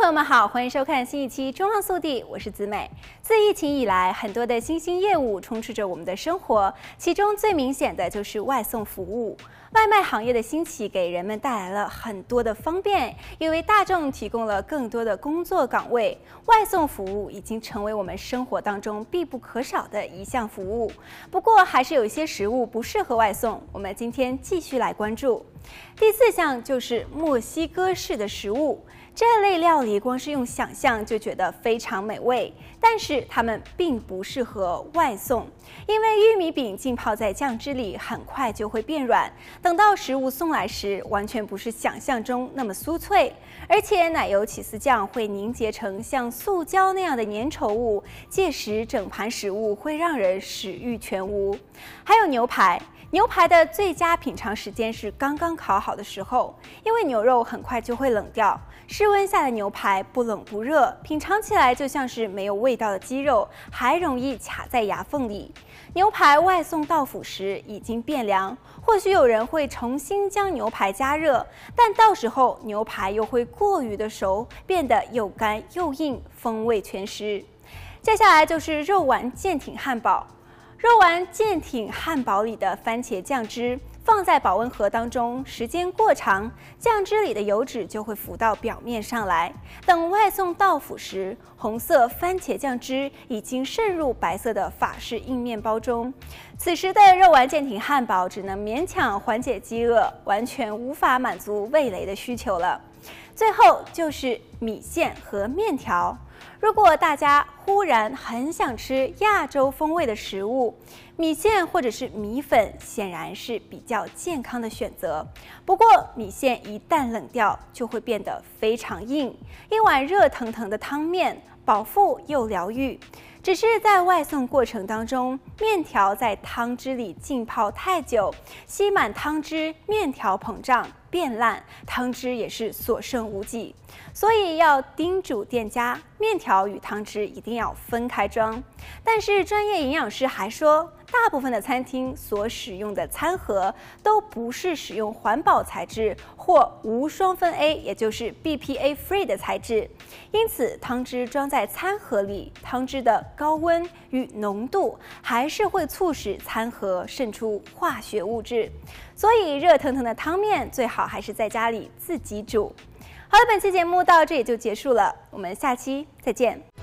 友们好，欢迎收看新一期《中望速递》，我是子美。自疫情以来，很多的新兴业务充斥着我们的生活，其中最明显的就是外送服务。外卖行业的兴起给人们带来了很多的方便，也为大众提供了更多的工作岗位。外送服务已经成为我们生活当中必不可少的一项服务。不过，还是有一些食物不适合外送，我们今天继续来关注。第4项就是墨西哥式的食物。这类料理光是用想象就觉得非常美味，但是它们并不适合外送，因为玉米饼浸泡在酱汁里很快就会变软，等到食物送来时，完全不是想象中那么酥脆，而且奶油起司酱会凝结成像塑胶那样的粘稠物，届时整盘食物会让人食欲全无。还有牛排。牛排的最佳品尝时间是刚刚烤好的时候，因为牛肉很快就会冷掉。室温下的牛排不冷不热，品尝起来就像是没有味道的鸡肉，还容易卡在牙缝里。牛排外送到府时已经变凉，或许有人会重新将牛排加热，但到时候牛排又会过于的熟，变得又干又硬，风味全失。接下来就是肉丸舰艇汉堡。肉丸舰艇汉堡里的番茄酱汁放在保温盒当中，时间过长，酱汁里的油脂就会浮到表面上来。等外送到府时，红色番茄酱汁已经渗入白色的法式硬面包中。此时的肉丸舰艇汉堡只能勉强缓解饥饿，完全无法满足味蕾的需求了。最后就是米线和面条。如果大家忽然很想吃亚洲风味的食物，米线或者是米粉显然是比较健康的选择。不过米线一旦冷掉，就会变得非常硬。一碗热腾腾的汤面，饱腹又疗愈。只是在外送过程当中，面条在汤汁里浸泡太久，吸满汤汁，面条膨胀变烂，汤汁也是所剩无几。所以要叮嘱店家，面条与汤汁一定要分开装。但是专业营养师还说，大部分的餐厅所使用的餐盒都不是使用环保材质或无双酚 A， 也就是 BPA free 的材质，因此汤汁装在餐盒里，汤汁的高温与浓度还是会促使餐盒渗出化学物质。所以热腾腾的汤面最好还是在家里自己煮。好了，本期节目到这里就结束了，我们下期再见。